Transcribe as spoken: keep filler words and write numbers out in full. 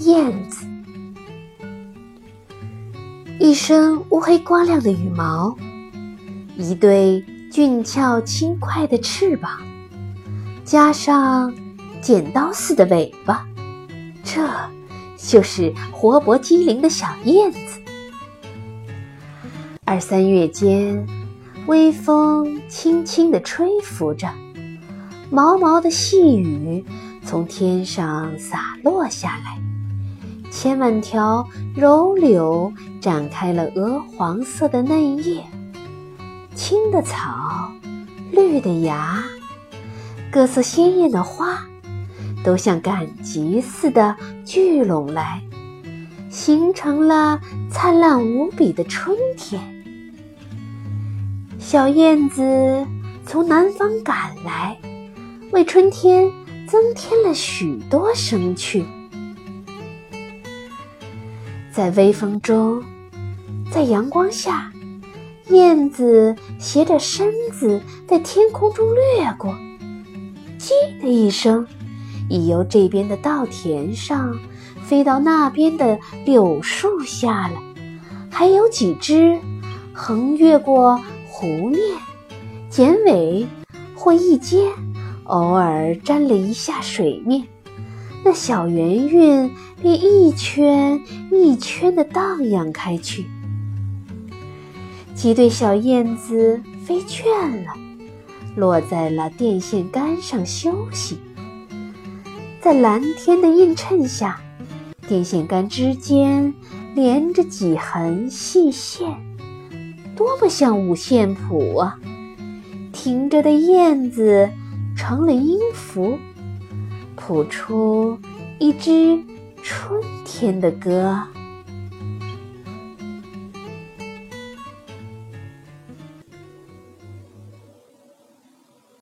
燕子。一身乌黑光亮的羽毛，一对俊俏轻快的翅膀，加上剪刀似的尾巴，这就是活泼机灵的小燕子。二三月间，微风轻轻地吹拂着，毛毛的细雨从天上洒落下来，千万条柔柳展开了鹅黄色的嫩叶，青的草，绿的芽，各色鲜艳的花都像赶集似的聚拢来，形成了灿烂无比的春天。小燕子从南方赶来，为春天增添了许多生趣。在微风中，在阳光下，燕子斜着身子在天空中掠过，叽的一声，已由这边的稻田上飞到那边的柳树下了。还有几只横越过湖面，剪尾或一尖，偶尔沾了一下水面，那小圆晕便一圈一圈地荡漾开去。几对小燕子飞倦了，落在了电线杆上休息。在蓝天的映衬下，电线杆之间连着几横细线，多么像五线谱啊！停着的燕子成了音符，谱出一支春天的歌。